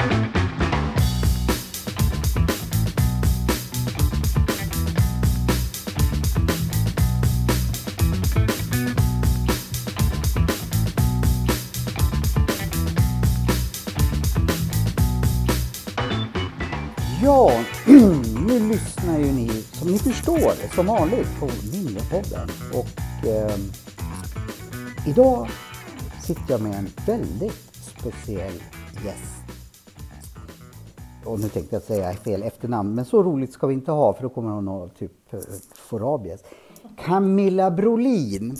Ja, nu lyssnar ju ni, som ni förstår, som vanligt på Ninjapodden. Och idag sitter jag med en väldigt speciell gäst. Och nu tänkte jag säga fel efternamn, men så roligt ska vi inte ha, för då kommer hon att typ få rabies. Camilla Brolin.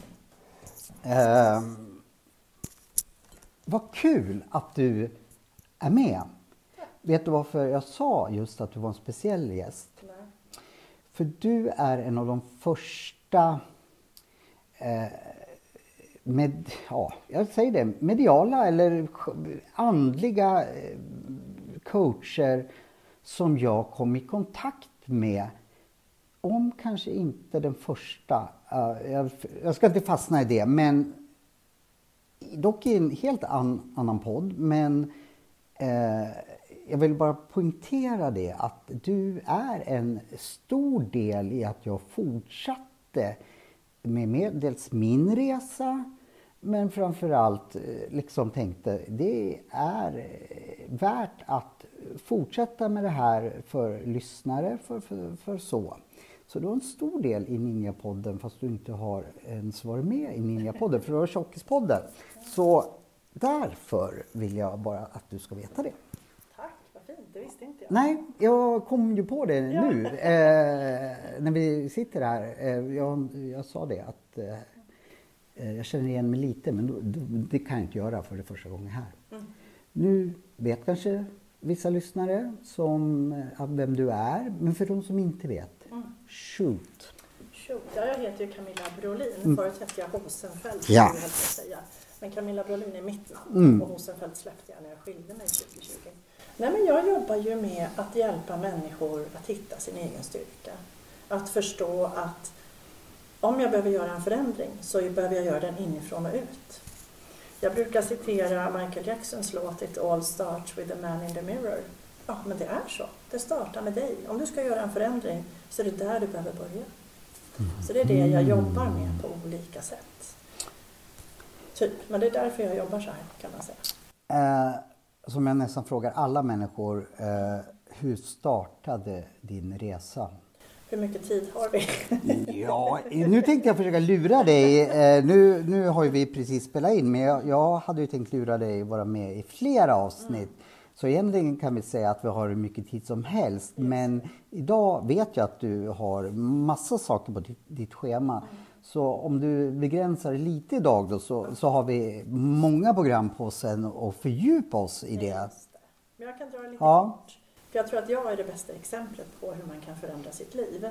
Vad kul att du är med. Vet du varför jag sa just att du var en speciell gäst? Nej. För du är en av de första jag säger det, mediala eller andliga coacher som jag kom i kontakt med. Om kanske inte den första, jag ska inte fastna i det, men dock i en helt annan podd, men jag vill bara poängtera det att du är en stor del i att jag fortsatte med dels min resa, men framförallt liksom tänkte det är värt att fortsätta med det här för lyssnare, för så. Så du har en stor del i Ninjapodden fast du inte har ens varit med i Ninjapodden, för du har Tjockispodden. Så därför vill jag bara att du ska veta det. Det visste inte jag. Nej, jag kom ju på det nu när vi sitter här. Jag sa det att jag känner igen mig lite, men det kan jag inte göra för det första gången här. Mm. Nu vet kanske vissa lyssnare vem du är, men för de som inte vet, shoot. Ja, jag heter ju Camilla Brolin. Förut hette jag Hosenfeldt, ja. Säga. Men Camilla Brolin är mitt namn och Hosenfeldt släppte jag när jag skilde mig 2020. Nej, men jag jobbar ju med att hjälpa människor att hitta sin egen styrka. Att förstå att om jag behöver göra en förändring så behöver jag göra den inifrån och ut. Jag brukar citera Michael Jacksons låt It all starts with the man in the mirror. Ja, men det är så. Det startar med dig. Om du ska göra en förändring så är det där du behöver börja. Så det är det jag jobbar med på olika sätt. Typ. Men det är därför jag jobbar så här, kan man säga. Som jag nästan frågar alla människor, hur startade din resa? Hur mycket tid har vi? Ja, nu tänkte jag försöka lura dig. Nu har ju vi precis spelat in, men jag hade ju tänkt lura dig att vara med i flera avsnitt. Så egentligen kan vi säga att vi har hur mycket tid som helst. Men idag vet jag att du har massa saker på ditt schema. Så om du begränsar lite idag då, så har vi många program på sen och fördjupa oss i det. Men jag kan dra lite kort. För jag tror att jag är det bästa exemplet på hur man kan förändra sitt liv.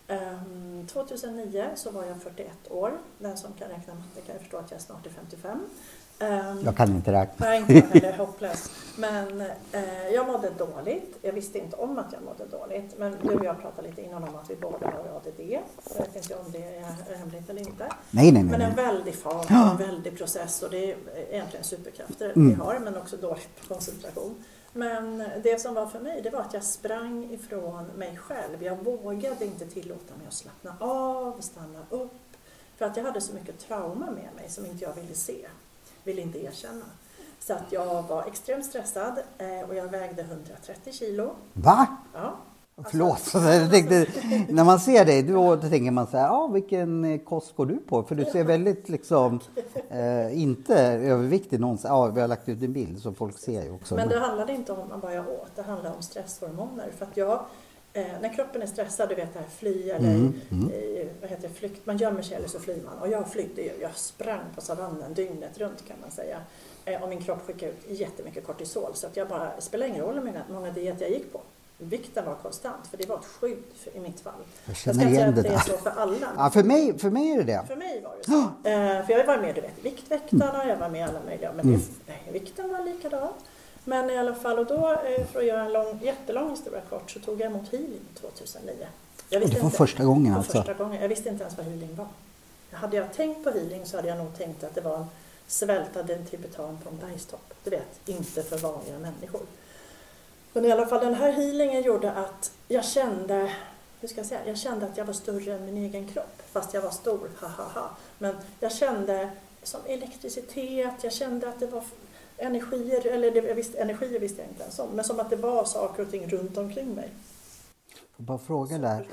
2009 så var jag 41 år. Den som kan räkna matte kan jag förstå att jag snart är 55. Jag kan inte räkna. Nej, inte jag heller, hopplös. Men jag mådde dåligt. Jag visste inte om att jag mådde dåligt. Men du och jag pratade lite innan om att vi båda har ADD. Jag vet inte om det är hemligt eller inte. Nej. Men en väldig fas, en väldig process. Och det är egentligen superkrafter vi har, men också dålig koncentration. Men det som var för mig, det var att jag sprang ifrån mig själv. Jag vågade inte tillåta mig att slappna av, stanna upp. För att jag hade så mycket trauma med mig som inte jag ville se. Ville inte erkänna. Så att jag var extremt stressad och jag vägde 130 kilo. Va? Ja. Förlåt, jag tänkte, när man ser dig då tänker man så här, vilken kost går du på? För du ser väldigt liksom, inte överviktig någonsin. Ja, vi har lagt ut en bild så folk ser ju också. Men det handlade inte om vad jag åt, det handlade om stresshormoner. För att jag, när kroppen är stressad, du vet det här fly eller vad heter det, flykt, man gömmer sig eller så flyr man. Och jag flydde ju, jag sprang på savannen dygnet runt kan man säga. Och min kropp skickade ut jättemycket kortisol så att jag bara, det spelar ingen roll hur många dieter jag gick på. Vikten var konstant, för det var ett skydd i mitt fall. Jag känner igen det där. Det är så för alla. Ja, för mig är det det. För mig var det så. För jag var med, du vet, Viktväktarna, jag var med alla möjliga. Men vikten var likadan. Men i alla fall, och då, för att göra en jättelång historia kort, så tog jag emot healing 2009. Det var första gången alltså? Första gången. Jag visste inte ens vad healing var. Hade jag tänkt på healing så hade jag nog tänkt att det var en svältade en tibetan på en bergstopp. Du vet, inte för vanliga människor. Men i alla fall den här healingen gjorde att jag kände, jag kände att jag var större än min egen kropp. Fast jag var stor, hahaha. Men jag kände som elektricitet, jag kände att det var energier, energier visste jag inte ens om. Men som att det var saker och ting runt omkring mig. Jag bara fråga där.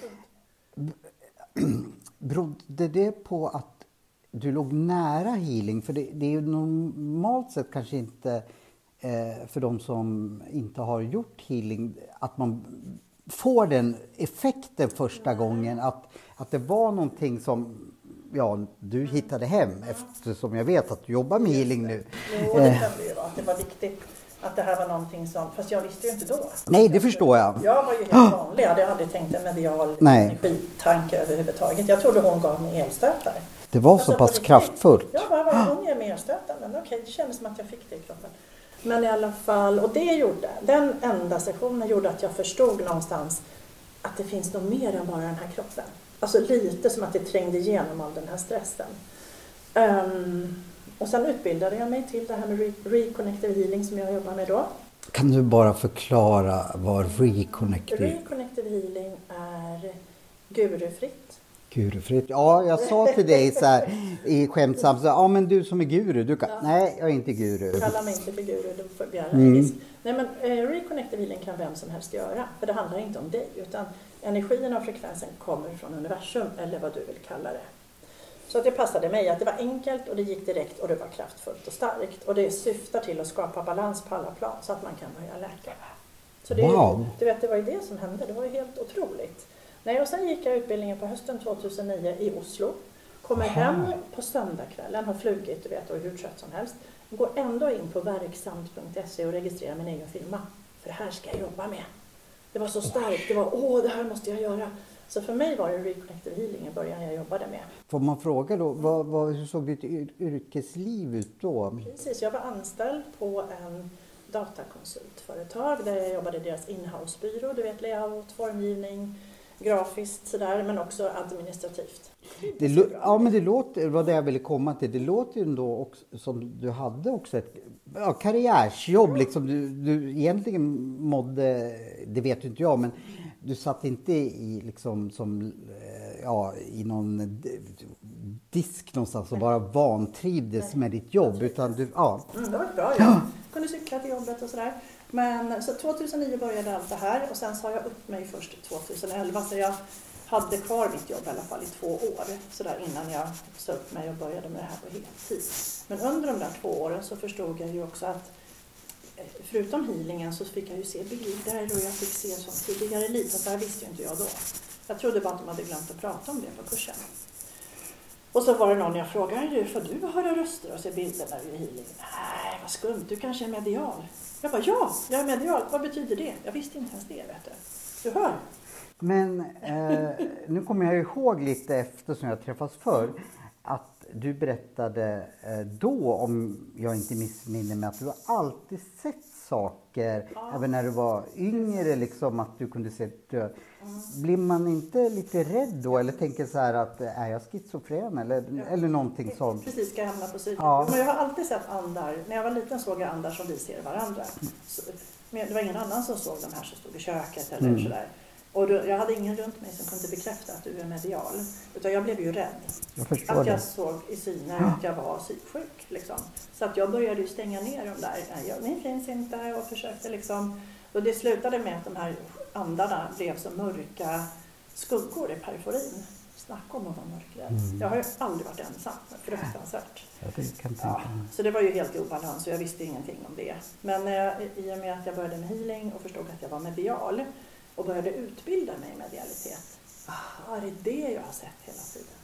Berodde det på att du låg nära healing? För det är ju normalt sett kanske inte för de som inte har gjort healing att man får den effekten första gången. Att det var någonting som du hittade hem eftersom jag vet att du jobbar med healing nu. Jo, det kan det ju vara. Att det var viktigt att det här var någonting som, fast jag visste ju inte då. Nej, det förstår jag. Jag var ju helt vanlig. Jag hade aldrig tänkt en medial energitanke överhuvudtaget. Jag trodde hon gav mig elstötar. Det var så pass kraftfullt. Ja, vad hon ger mig elstötar? Men okej, det kändes som att jag fick det i kroppen. Men i alla fall, och den enda sessionen gjorde att jag förstod någonstans att det finns något mer än bara den här kroppen. Alltså lite som att det trängde igenom all den här stressen. Och sen utbildade jag mig till det här med Reconnective Healing som jag jobbar med då. Kan du bara förklara vad Reconnective? Reconnective Healing är gurufritt. Gurufritt. Ja, jag sa till dig så här i skämtsamt så men du som är guru, du kan. Ja. Nej, jag är inte guru. Kalla mig inte för guru, då får jag Nej, men Reconnective Healing kan vem som helst göra, för det handlar inte om dig, utan energin och frekvensen kommer från universum, eller vad du vill kalla det. Så att det passade mig att det var enkelt och det gick direkt och det var kraftfullt och starkt. Och det syftar till att skapa balans på alla plan så att man kan börja läka. Så det var ju det som hände, det var ju helt otroligt. Nej, och sen gick jag utbildningen på hösten 2009 i Oslo. Kommer hem på söndagskvällen, har flugit du vet, och hur trött som helst. Går ändå in på verksamt.se och registrerar min egen firma. För det här ska jag jobba med. Det var så starkt, det var det här måste jag göra. Så för mig var det Reconnective Healing i början jag jobbade med. Får man fråga då, hur såg ditt yrkesliv ut då? Precis, jag var anställd på en datakonsultföretag där jag jobbade i deras inhousebyrå. Du vet, layout, formgivning, grafiskt sådär, men också administrativt. Men det låter, vad det jag ville komma till, det låter ju ändå också, som du hade också ett karriärsjobb. Liksom, du egentligen mådde, det vet ju inte jag, men du satt inte i liksom som i någon disk någonstans och bara vantrivdes med ditt jobb, utan du det var ett bra jobb. Kunde cykla till jobbet och sådär. Men så 2009 började allt det här och sen sa jag upp mig först 2011, så jag hade kvar mitt jobb i alla fall i 2 år sådär innan jag sa upp mig och började med det här på heltid. Men under de där 2 åren så förstod jag ju också att förutom healingen så fick jag ju se bilder och jag fick se som tidigare liv. Och det här visste ju inte jag då. Jag trodde bara att de hade glömt att prata om det på kursen. Och så var det någon jag frågade, får du höra röster och se bilder när du är healing? Nej, vad skumt, du kanske är medial. Jag bara, ja, jag är medial. Vad betyder det? Jag visste inte ens det, vet du. Du hör. Men nu kommer jag ihåg lite eftersom jag träffats förr att du berättade då, om jag inte missminner mig, att du har alltid sett saker, även när du var yngre, liksom, att du kunde se död. Blir man inte lite rädd då, eller tänker så här att är jag schizofren eller någonting sånt? Precis, ska jag hamna på psyket. Ja. Men jag har alltid sett andar. När jag var liten såg jag andar som vi ser varandra. Men det var ingen annan som såg de här som stod i köket eller sådär. Och jag hade ingen runt mig som kunde bekräfta att du är medial. Utan jag blev ju rädd. Jag såg i synen att jag var psyksjuk. Liksom. Så att jag började ju stänga ner dem där. Ni finns inte och försökte liksom. Och det slutade med att de här andarna blev så mörka skuggor i periferin. Snacka om att vara mörkrädd. Jag har ju aldrig varit ensam. Fruktansvärt. Så det var ju helt i obalans och jag visste ingenting om det. Men i och med att jag började med healing och förstod att jag var medial och började utbilda mig i medialitet. Det är det jag har sett hela tiden.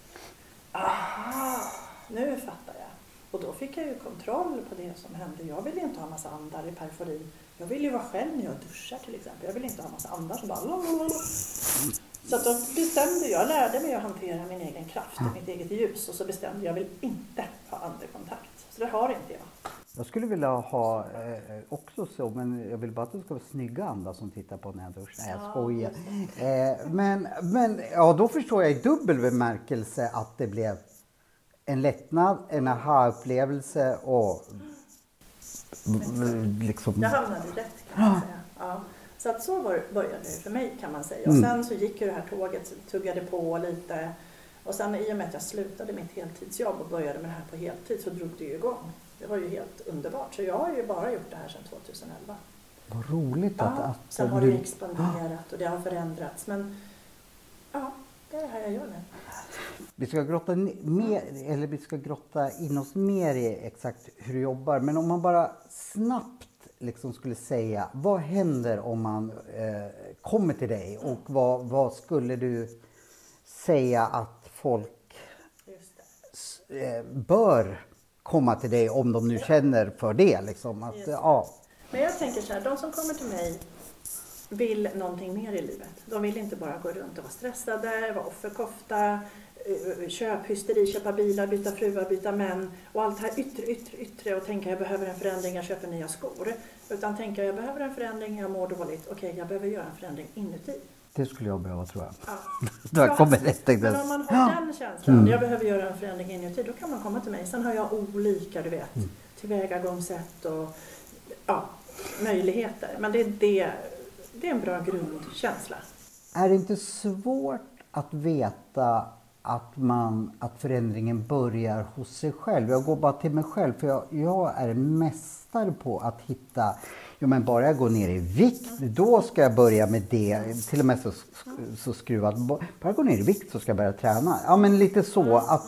Nu fattar jag. Och då fick jag ju kontroll på det som hände. Jag ville inte ha en massa andar i periferin. Jag ville ju vara själv när jag duschar till exempel. Jag ville inte ha en massa andar som bara... Så att då bestämde jag lärde mig att hantera min egen kraft och mitt eget ljus. Och så bestämde jag vill inte ha andekontakt. Så det har inte jag. Jag skulle vilja ha också så, men jag vill bara att det ska vara snygga andar som tittar på när jag duschar. Nej, jag skojar. Men då förstår jag i dubbel bemärkelse att det blev en lättnad, en aha-upplevelse och liksom... Jag hamnade rätt kan man säga. Ja. Så att så började det för mig kan man säga. Och sen så gick ju det här tåget, tuggade på lite. Och sen i och med att jag slutade mitt heltidsjobb och började med det här på heltid så drog det ju igång. Det var ju helt underbart. Så jag har ju bara gjort det här sedan 2011. Vad roligt att sen har det expanderat och det har förändrats. Men ja, det är det här jag gör nu. Vi ska grotta in oss mer i exakt hur du jobbar. Men om man bara snabbt liksom skulle säga, vad händer om man kommer till dig? Och vad skulle du säga att folk bör komma till dig om de nu känner för det? Liksom, att, Men jag tänker så här, de som kommer till mig vill någonting mer i livet. De vill inte bara gå runt och vara stressade, vara offerkofta, köphysteri, köpa bilar, byta fruar, byta män och allt det här yttre och tänka jag behöver en förändring, jag köper nya skor. Utan tänka jag behöver en förändring, jag mår dåligt, okej, jag behöver göra en förändring inuti. Det skulle jag behöva, tror jag. Ja. Men om man har den känslan, jag behöver göra en förändring inuti, då kan man komma till mig. Sen har jag olika, du vet, tillvägagångssätt och möjligheter. Men det är en bra grundkänsla. Är det inte svårt att veta att förändringen börjar hos sig själv? Jag går bara till mig själv, för jag är mästare på att hitta, men bara jag går ner i vikt, då ska jag börja med det. Till och med så skruvat, bara jag går ner i vikt så ska jag börja träna. Ja, men lite så. Att,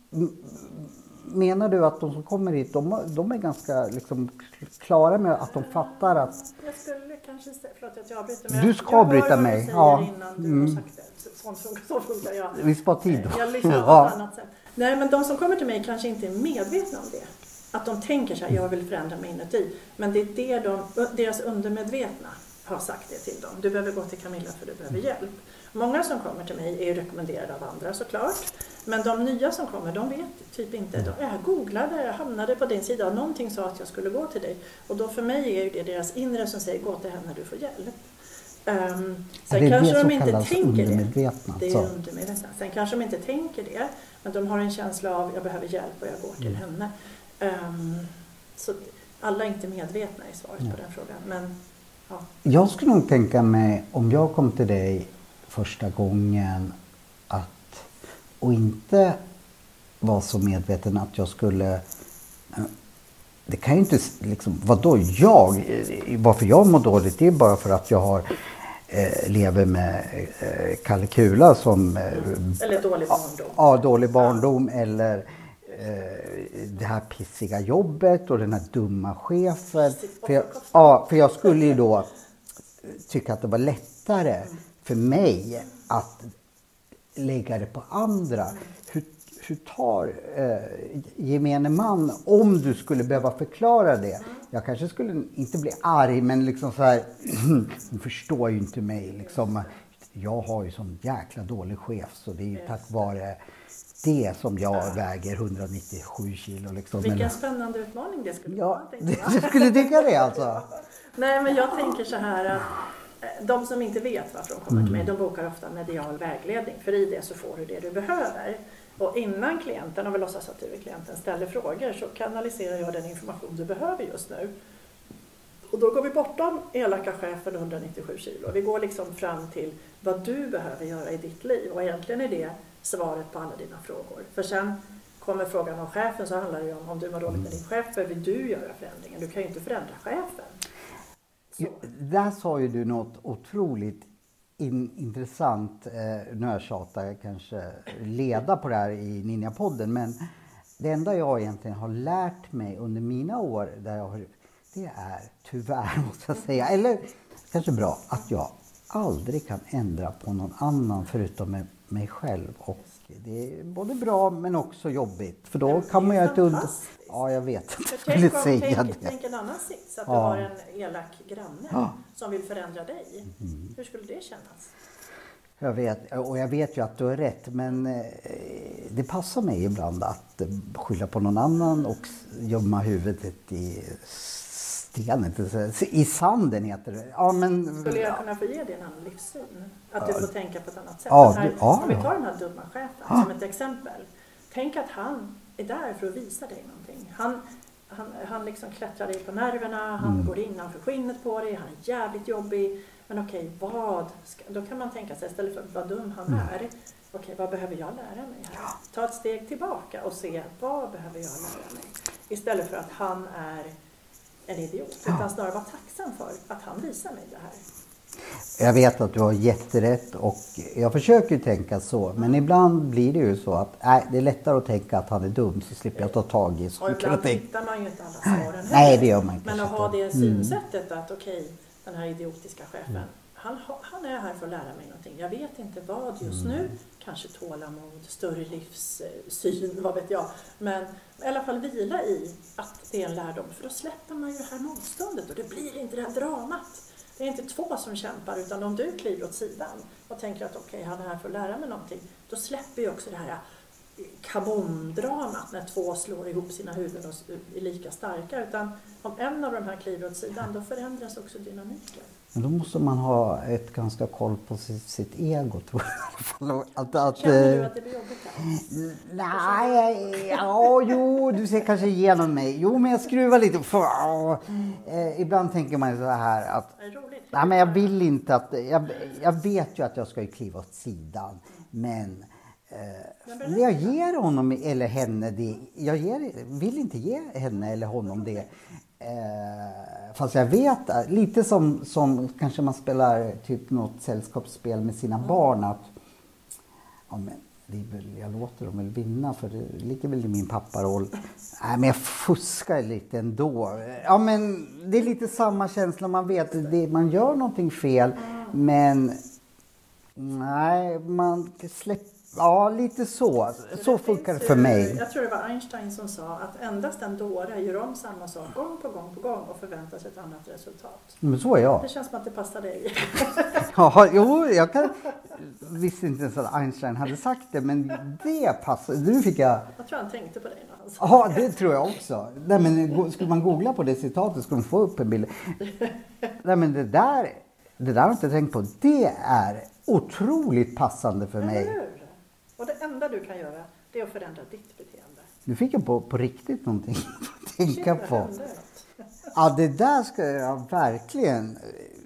menar du att de som kommer hit, de är ganska liksom klara med att de fattar att... Jag skulle kanske säga, förlåt att jag avbryter, men du ska avbryta mig. Ja. Innan du har sagt det. Så funkar jag. Vi sparar tid. Jag lyssnar på ett annat sätt. Nej, men de som kommer till mig kanske inte är medvetna om det. Att de tänker så här, jag vill förändra mig inuti. Men det är deras undermedvetna har sagt det till dem. Du behöver gå till Camilla för du behöver hjälp. Många som kommer till mig är ju rekommenderade av andra såklart. Men de nya som kommer, de vet typ inte. Jag googlade, jag hamnade på din sida och någonting sa att jag skulle gå till dig. Och då för mig är det deras inre som säger, gå till henne, du får hjälp. Sen kanske de inte tänker det. Det är undermedvetna. Sen kanske de inte tänker det. Men de har en känsla av, jag behöver hjälp och jag går till henne. Så alla är inte medvetna i svaret på den frågan. Men, ja. Jag skulle nog tänka mig, om jag kom till dig första gången, och inte vara så medveten att jag skulle... Det kan ju inte liksom... Varför jag mår dåligt, det är bara för att jag lever med Kalle Kula som... Eller dålig barndom. Ja, dålig barndom eller... det här pissiga jobbet och den här dumma chefen. För jag skulle ju då tycka att det var lättare för mig att lägga det på andra. Hur tar gemene man, om du skulle behöva förklara det? Jag kanske skulle inte bli arg, men liksom så här, hon förstår ju inte mig. Liksom, jag har ju sån jäkla dålig chef, så det är ju tack vare det som jag väger 197 kilo. Liksom. Vilken spännande utmaning det skulle vara. Du skulle tycka det alltså? Nej, men jag tänker så här att de som inte vet varför de kommer till mig, de bokar ofta medial vägledning. För i det så får du det du behöver. Och innan klienten, om vi låtsas att du är klienten, ställer frågor så kanaliserar jag den information du behöver just nu. Och då går vi bortom elaka chefen 197 kilo. Vi går liksom fram till vad du behöver göra i ditt liv. Och egentligen är det svaret på alla dina frågor. För sen kommer frågan om chefen, så handlar det ju om du mår dåligt med din chef, behöver du göra förändringen. Du kan ju inte förändra chefen. Där sa ju du något otroligt intressant. Nu har jag tjatat kanske leda på det här i Ninja-podden, men det enda jag egentligen har lärt mig under mina år det är tyvärr, måste jag säga, eller kanske bra, att jag aldrig kan ändra på någon annan förutom mig själv. Och det är både bra men också jobbigt. För då kan man ju inte Ja, jag vet. Tänk en annan sits, att du har en elak granne som vill förändra dig. Hur skulle det kännas? Jag vet ju att du har rätt, men det passar mig ibland att skylla på någon annan och gömma huvudet i stenen, i sanden heter det. Ja, men, skulle jag kunna få ge dig en annan livssyn? Att du får tänka på ett annat sätt. Om vi tar den här dumma chefen som ett exempel. Tänk att han är där för att visa dig någonting. Han liksom klättrar dig på nerverna, han går innanför skinnet på dig, han är jävligt jobbig. Men okej, då kan man tänka sig, istället för vad dum han är, okej, vad behöver jag lära mig här? Ta ett steg tillbaka och se, vad behöver jag lära mig? Istället för att han är en idiot, utan snarare vara tacksam för att han visar mig det här. Jag vet att du har jätterätt och jag försöker tänka så, men ibland blir det ju så att det är lättare att tänka att han är dum, så slipper jag ta tag i och ibland hittar man ju inte alla svaren heller. Nej, det gör man inte. Men att ha det synsättet att okej, den här idiotiska chefen, han är här för att lära mig någonting. Jag vet inte vad just nu, kanske tålamod, större livssyn, vad vet jag. Men i alla fall vila i att det är en lärdom, för då släpper man ju det här motståndet och det blir inte det här dramat. Det är inte två som kämpar, utan om du kliver åt sidan och tänker att okej, han är här för att lära mig någonting, då släpper ju också det här kabomdramat när två slår ihop sina huvuden och är lika starka. Utan om en av de här kliver åt sidan, då förändras också dynamiken. Men då måste man ha ett ganska koll på sitt ego, tror jag. Känner du att det blir jobbigt? Nej, jo, du ser kanske igenom mig. Jo, men jag skruvar lite. Ibland tänker man så här att nej, men jag vill inte att jag vet ju att jag ska kliva åt sidan, men jag ger honom eller henne det. Vill inte ge henne eller honom det. Fast jag vet, lite som kanske man spelar typ något sällskapsspel med sina barn, att men jag låter dem väl vinna, för det ligger väl i min papparoll. Nej, men jag fuskar lite ändå. Ja, men det är lite samma känsla, man vet man gör någonting fel, men nej, man släpper. Ja, lite så. Så funkar det för mig. Jag tror det var Einstein som sa att endast en dåre gör om samma sak gång på gång och förväntar sig ett annat resultat. Men så är jag. Det känns som att det passar dig. Ja, jo, visste inte ens att Einstein hade sagt det, men det passar. Nu fick jag tror han tänkte på dig när han sa. Ja, det tror jag också. Nej, men skulle man googla på det citatet skulle man få upp en bild. Nej, men det där har jag inte tänkt på. Det är otroligt passande för mig. Och det enda du kan göra, det är att förändra ditt beteende. Nu fick jag på riktigt någonting att tänka på. Ja, det där ska jag verkligen.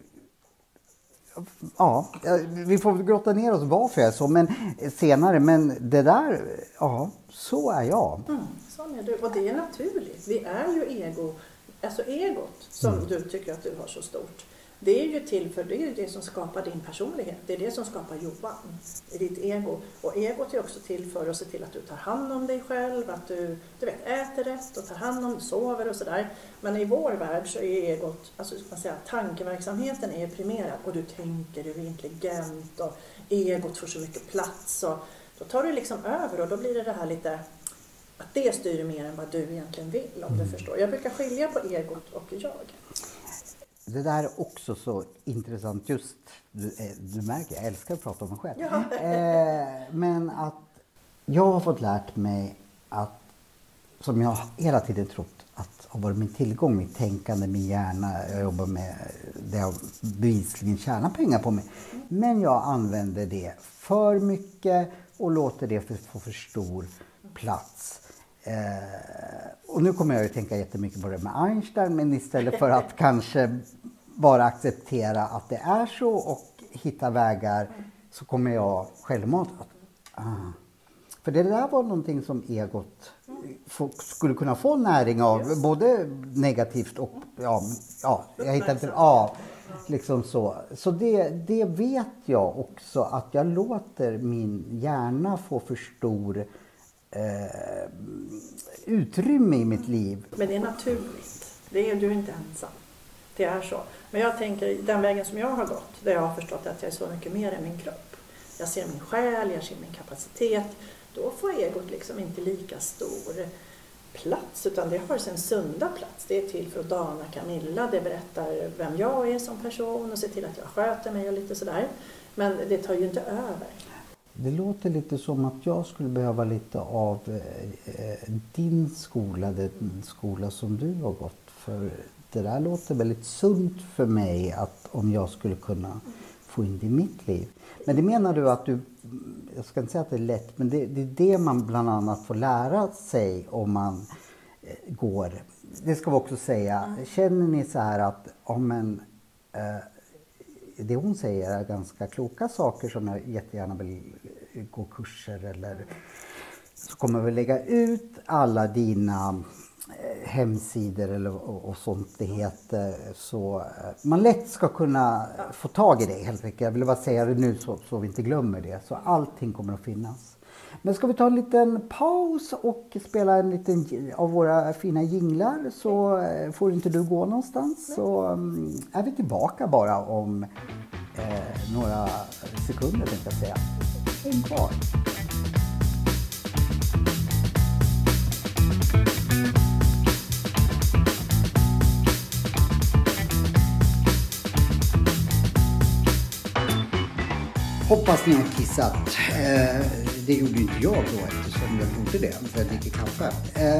Ja, vi får grotta ner oss varför jag är så, men senare. Men det där, ja, så är jag. Så är du. Och det är naturligt. Vi är ju egot som du tycker att du har så stort. Det är ju till för det är det som skapar din personlighet. Det är det som skapar Johan i ditt ego. Och egot är också till för att se till att du tar hand om dig själv, att du äter rätt och tar hand om, sover och sådär. Men i vår värld så är egot, alltså ska man säga, tankeverksamheten är primerad och du tänker, du är intelligent och egot får så mycket plats och då tar du liksom över och då blir det här lite att det styr mer än vad du egentligen vill, om du förstår. Jag brukar skilja på egot och jag. Det där är också så intressant, just du märker, jag älskar att prata om mig själv. Ja. Men att jag har fått lärt mig att, som jag hela tiden trott att har varit min tillgång, mitt tänkande, min hjärna, jag jobbar med det, jag bevisligen tjänar pengar på mig. Men jag använder det för mycket och låter det få för stor plats. Och nu kommer jag att tänka jättemycket på det med Einstein, men istället för att kanske bara acceptera att det är så och hitta vägar, så kommer jag självmant att för det där var någonting som egot skulle kunna få näring av, både negativt och jag hittar inte liksom så det vet jag också, att jag låter min hjärna få för stor utrymme i mitt liv. Men det är naturligt. Det är du inte ensam. Det är så. Men jag tänker, den vägen som jag har gått, där jag har förstått att jag är så mycket mer än min kropp. Jag ser min själ, jag ser min kapacitet. Då får egot liksom inte lika stor plats, utan det har sin sunda plats. Det är till för att dana Camilla, det berättar vem jag är som person och ser till att jag sköter mig och lite sådär. Men det tar ju inte över. Det låter lite som att jag skulle behöva lite av din skola, den skola som du har gått. För det där låter väldigt sunt för mig, att om jag skulle kunna få in det i mitt liv. Men det menar du att du, jag ska inte säga att det är lätt, men det är det man bland annat får lära sig om man går. Det ska vi också säga, känner ni så här att det hon säger är ganska kloka saker som jag jättegärna vill gå kurser eller så kommer vi lägga ut alla dina hemsidor eller och sånt det heter, så man lätt ska kunna få tag i det helt enkelt. Jag vill bara säga det nu så vi inte glömmer det. Så allting kommer att finnas. Men ska vi ta en liten paus och spela en liten av våra fina jinglar, så får inte du gå någonstans. Så är vi tillbaka bara om några sekunder tänkte jag säga. Häng kvar. Hoppas ni har kissat. Det gjorde inte jag då eftersom jag gjorde det. För jag dricker kaffe.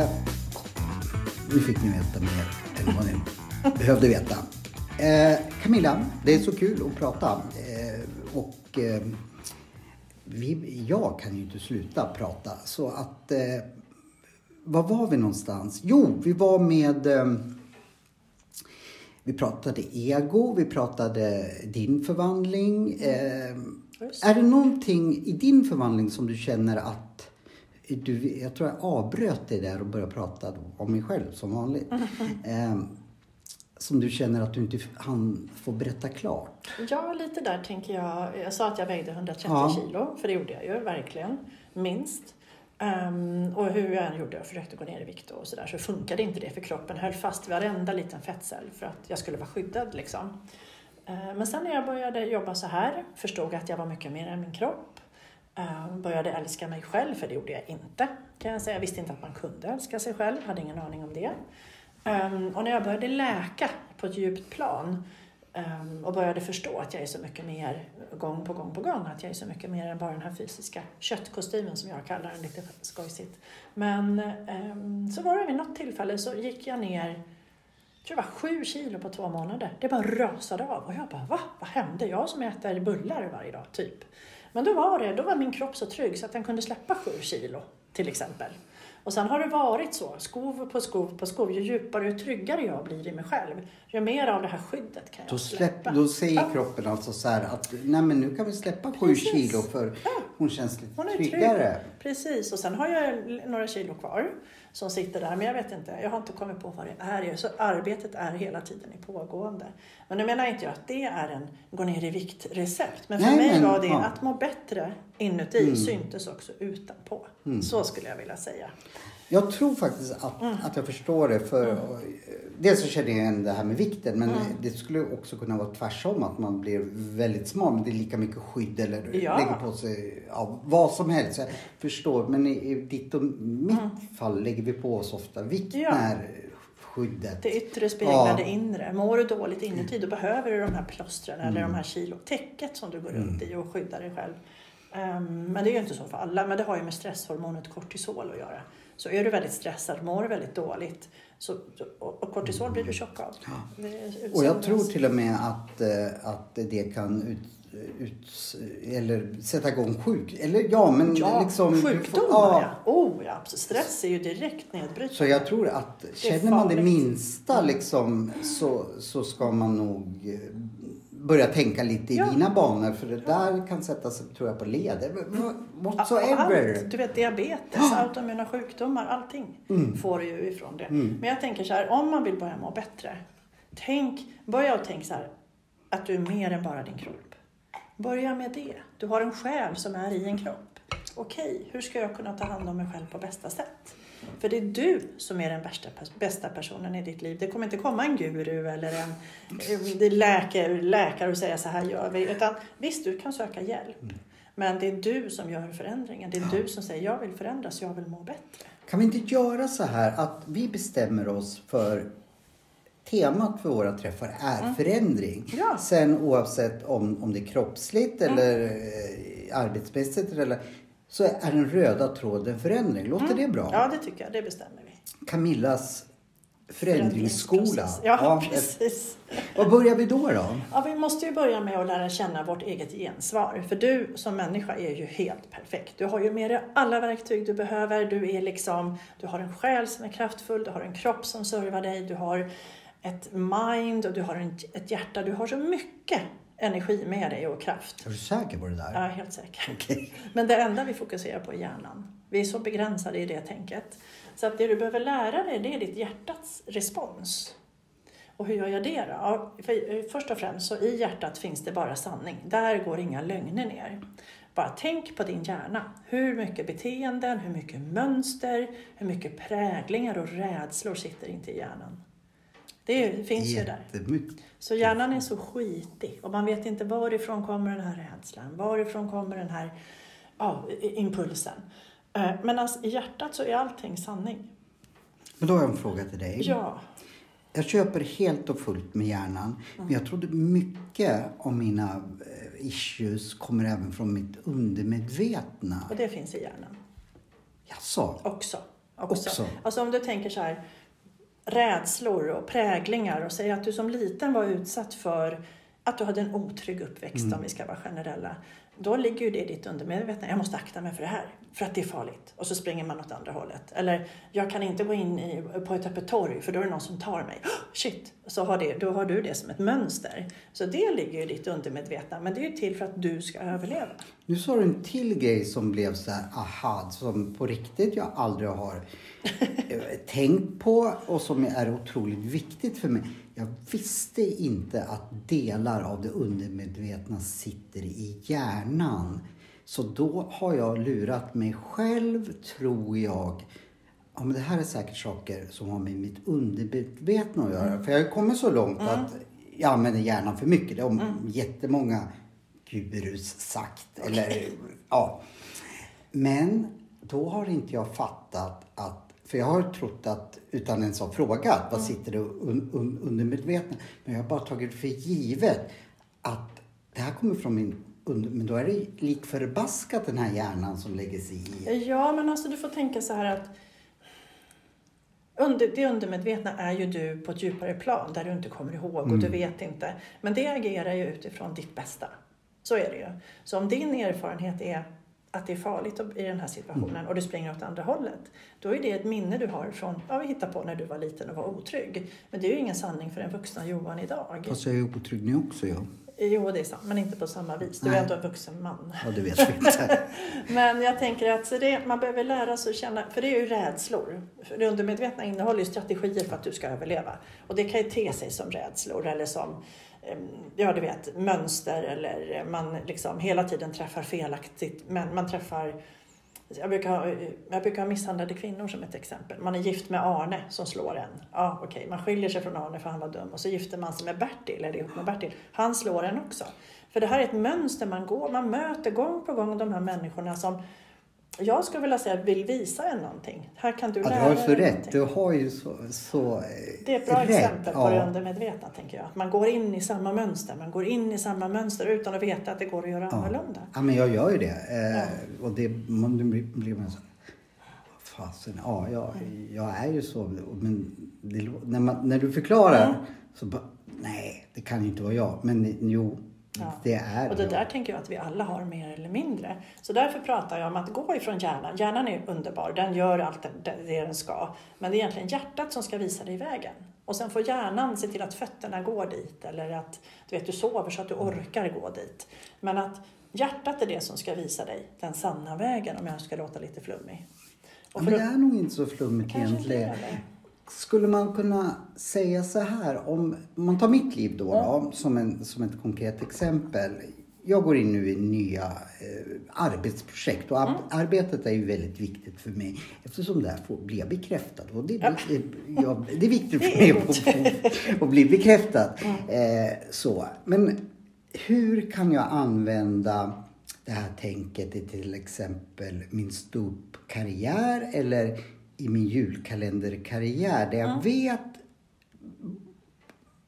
Nu fick ni veta mer än vad ni behövde veta. Camilla, det är så kul att prata. Jag kan ju inte sluta prata. Så att, var var vi någonstans? Jo, vi var med... Vi pratade ego, vi pratade din förvandling. Är det någonting i din förvandling som du känner att jag tror jag avbröt dig där och började prata om mig själv som vanligt. Som du känner att du inte hann få berätta klart? Ja, lite där tänker jag. Jag sa att jag vägde 130 kilo, för det gjorde jag ju verkligen, minst. Och hur jag än gjorde, jag försökte gå ner i vikt och sådär, så funkade inte det för kroppen. Höll fast varenda liten fettcell för att jag skulle vara skyddad liksom. Men sen när jag började jobba så här, förstod att jag var mycket mer än min kropp. Började älska mig själv, för det gjorde jag inte, kan jag säga. Jag visste inte att man kunde älska sig själv, hade ingen aning om det. Och när jag började läka på ett djupt plan och började förstå att jag är så mycket mer gång på gång, att jag är så mycket mer än bara den här fysiska köttkostymen som jag kallar den lite skojsigt. Men så var det vid något tillfälle så gick jag ner, jag tror det var 7 kilo på 2 månader. Det bara rasade av och jag bara, vad hände? Jag som äter bullar varje dag typ. Men då var min kropp så trygg så att den kunde släppa 7 kilo till exempel. Och sen har det varit så, skov på skov, ju djupare och tryggare jag blir i mig själv, ju mer av det här skyddet kan jag släppa. Då säger kroppen alltså så här att nej, men nu kan vi släppa 7 kilo för hon känns lite tryggare. Trygg. Precis, och sen har jag några kilo kvar som sitter där, men jag vet inte, jag har inte kommit på vad det är. Så arbetet är hela tiden i pågående. Men nu menar inte jag att det är en gå ner i vikt-recept. Men för mig var det att må bättre inuti syntes också utanpå. Så skulle jag vilja säga. Jag tror faktiskt att jag förstår det. För dels så känner jag igen det här med vikten. Men det skulle också kunna vara tvärsom. Att man blir väldigt smal. Men det är lika mycket skydd. Eller lägger på sig vad som helst. Jag förstår. Men i ditt och mitt fall lägger vi på oss ofta vikt när skyddet. Det yttre speglar det inre. Mår du dåligt inuti, då behöver du de här plåstren eller de här täcket som du går runt i och skyddar dig själv. Men det är ju inte så för alla. Men det har ju med stresshormonet kortisol att göra. Så är du väldigt stressad, mår du väldigt dåligt, och kortisol blir du tjock av. Och jag tror till och med att det kan eller sätta igång liksom sjukdomar. Ja, stress är ju direkt nedbrytande. Så jag tror att känner man det minsta liksom, så ska man nog börja tänka lite i dina banor, för det där kan sätta sig, tror jag, på leder. Whatsoever. Allt, du vet, diabetes, autoimmuna sjukdomar, allting får du ju ifrån det. Men jag tänker så här, om man vill börja må bättre, börja tänka så här, att du är mer än bara din kropp. Börja med det. Du har en själ som är i en kropp. Okej, hur ska jag kunna ta hand om mig själv på bästa sätt? För det är du som är den bästa personen i ditt liv. Det kommer inte komma en guru eller en läkare och säga så här gör vi. Utan visst, du kan söka hjälp. Men det är du som gör förändringen. Det är du som säger jag vill förändras, jag vill må bättre. Kan vi inte göra så här att vi bestämmer oss för temat för våra träffar är förändring. Ja. Sen oavsett om det är kroppsligt eller arbetsmässigt eller... så är den röda tråden förändring. Låter det bra? Ja, det tycker jag. Det bestämmer vi. Camillas förändringsskola. Ja, precis. Vad börjar vi då? Ja, vi måste ju börja med att lära känna vårt eget gensvar. För du som människa är ju helt perfekt. Du har ju med dig alla verktyg du behöver. Du har en själ som är kraftfull. Du har en kropp som servar dig. Du har ett mind och du har ett hjärta. Du har så mycket energi med dig och kraft. Är du säker på det där? Ja, helt säker. Okay. Men det enda vi fokuserar på är hjärnan. Vi är så begränsade i det tänket. Så att det du behöver lära dig, det är ditt hjärtats respons. Och hur gör jag det då? Ja, först och främst så i hjärtat finns det bara sanning. Där går inga lögner ner. Bara tänk på din hjärna. Hur mycket beteenden, hur mycket mönster, hur mycket präglingar och rädslor sitter inte i hjärnan. Det finns ju där. Så hjärnan är så skitig. Och man vet inte varifrån kommer den här rädslan. Varifrån kommer den här impulsen. Men alltså, i hjärtat så är allting sanning. Men då har jag en fråga till dig. Ja. Jag köper helt och fullt med hjärnan. Men jag trodde mycket om mina issues kommer även från mitt undermedvetna. Och det finns i hjärnan. Jaså? Också. Alltså om du tänker så här. Rädslor och präglingar. Och säger att du som liten var utsatt för att du hade en otrygg uppväxt om vi ska vara generella. Då ligger ju det i ditt undermedvetna. Jag måste akta mig för det här. För att det är farligt. Och så springer man åt andra hållet. Eller jag kan inte gå in på ett öppet torg. För då är det någon som tar mig. Shit. Då har du det som ett mönster. Så det ligger ju i ditt undermedvetna. Men det är ju till för att du ska överleva. Nu sa du en till grej som blev så här aha. Som på riktigt jag aldrig har tänkt på. Och som är otroligt viktigt för mig. Jag visste inte att delar av det undermedvetna sitter i hjärnan. Så då har jag lurat mig själv, tror jag. Ja, men det här är säkert saker som har med mitt undermedvetna att göra. För jag kommer så långt att jag använder hjärnan för mycket. Det har jättemånga gurus sagt. Okay. Eller, ja. Men då har inte jag fattat att... För jag har trott att, utan ens ha frågat, vad sitter det undermedvetna? Men jag har bara tagit för givet att det här kommer från min men då är det likförbaskat den här hjärnan som lägger sig i. Ja, men alltså du får tänka så här att det undermedvetna är ju du på ett djupare plan där du inte kommer ihåg och du vet inte. Men det agerar ju utifrån ditt bästa. Så är det ju. Så om din erfarenhet är att det är farligt i den här situationen och du springer åt andra hållet. Då är det ett minne du har från, vi hittar på när du var liten och var otrygg. Men det är ju ingen sanning för den vuxna Johan idag. Fast jag är otrygg nu också, ja. Jo, det är sant, men inte på samma vis. Du är ändå en vuxen man. Ja, det vet vi inte. Men jag tänker att man behöver lära sig att känna, för det är ju rädslor. För det undermedvetna innehåller ju strategier för att du ska överleva. Och det kan ju te sig som rädslor eller som mönster eller man liksom hela tiden träffar felaktigt. Men man träffar, jag brukar ha misshandlade kvinnor som ett exempel. Man är gift med Arne som slår en. Ja, okej. Man skiljer sig från Arne för han var dum. Och så gifter man sig med Bertil, eller ihop med Bertil. Han slår en också. För det här är ett mönster man möter gång på gång de här människorna som jag skulle vilja säga vill visa en någonting. Här kan du lära dig. Du har så rätt. Du har ju så det är ett bra exempel på det undermedvetna, tänker jag. Att man går in i samma mönster. Man går in i samma mönster utan att veta att det går att göra annorlunda. Ja, men jag gör ju det. Och det blir man så fasen. Jag är ju så. Men när du förklarar så bara, nej, det kan ju inte vara jag. Men jo. Ja. Det är och det där tänker jag att vi alla har mer eller mindre. Så därför pratar jag om att gå ifrån hjärnan. Hjärnan är underbar, den gör allt det den ska. Men det är egentligen hjärtat som ska visa dig vägen. Och sen får hjärnan se till att fötterna går dit. Eller att du sover så att du orkar gå dit. Men att hjärtat är det som ska visa dig den sanna vägen, om jag ska låta lite flummig. Men det är nog inte så flummigt egentligen. Skulle man kunna säga så här, om man tar mitt liv då som ett konkret exempel. Jag går in nu i nya arbetsprojekt och arbetet är ju väldigt viktigt för mig eftersom där blir jag bekräftad. Och det är viktigt för mig att bli bekräftad. Så. Men hur kan jag använda det här tänket i till exempel min ståuppkarriär eller i min julkalenderkarriär där jag vet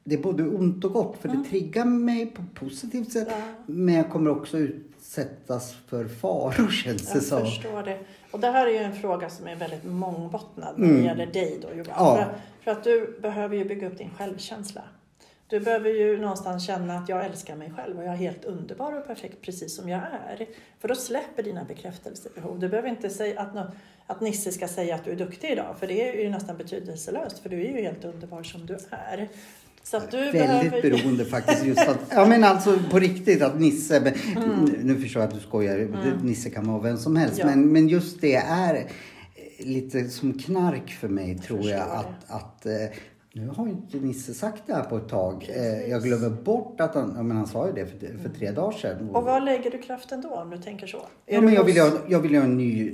det är både ont och gott. För det triggar mig på positivt sätt. Ja. Men jag kommer också utsättas för faror, känns det så. Jag förstår det. Och det här är ju en fråga som är väldigt mångbottnad när det gäller dig då, Johan. Ja. För att du behöver ju bygga upp din självkänsla. Du behöver ju någonstans känna att jag älskar mig själv och jag är helt underbar och perfekt precis som jag är. För då släpper dina bekräftelsebehov. Du behöver inte säga att Nisse ska säga att du är duktig idag. För det är ju nästan betydelselöst. För du är ju helt underbar som du är. Så att du väldigt beroende faktiskt just att, ja men alltså på riktigt att Nisse, nu förstår jag att du skojar, Nisse kan vara vem som helst, men just det är lite som knark för mig, tror jag, att nu har ju inte Nisse sagt det här på ett tag. Jag glömmer bort att han sa ju det för 3 dagar sedan. Och vad lägger du kraften då om du tänker så? Ja, men jag vill ha en ny,